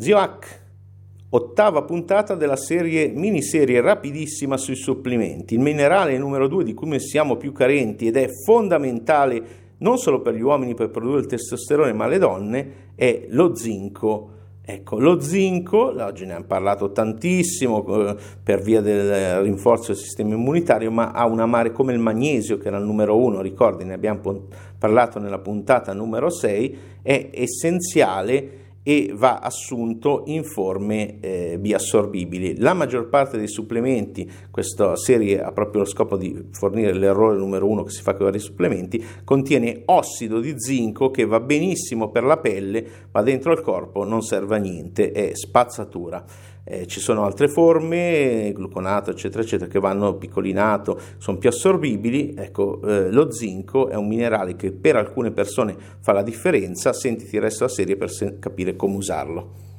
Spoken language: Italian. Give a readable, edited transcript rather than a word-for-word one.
Zio Hack, ottava puntata della miniserie rapidissima sui supplementi. Il minerale numero 2 di cui siamo più carenti ed è fondamentale non solo per gli uomini per produrre il testosterone ma le donne è lo zinco. Ecco, lo zinco, oggi ne abbiamo parlato tantissimo per via del rinforzo del sistema immunitario, ma ha una mare come il magnesio che era il numero 1, ricordi, ne abbiamo parlato nella puntata numero 6, è essenziale e va assunto in forme biassorbibili. La maggior parte dei supplementi, questa serie ha proprio lo scopo di fornire l'errore numero 1 che si fa con i vari supplementi, contiene ossido di zinco che va benissimo per la pelle, ma dentro il corpo non serve a niente, è spazzatura. Ci sono altre forme, gluconato eccetera eccetera, che vanno piccolinato, sono più assorbibili. Ecco, lo zinco è un minerale che per alcune persone fa la differenza. Sentiti il resto della serie per capire come usarlo.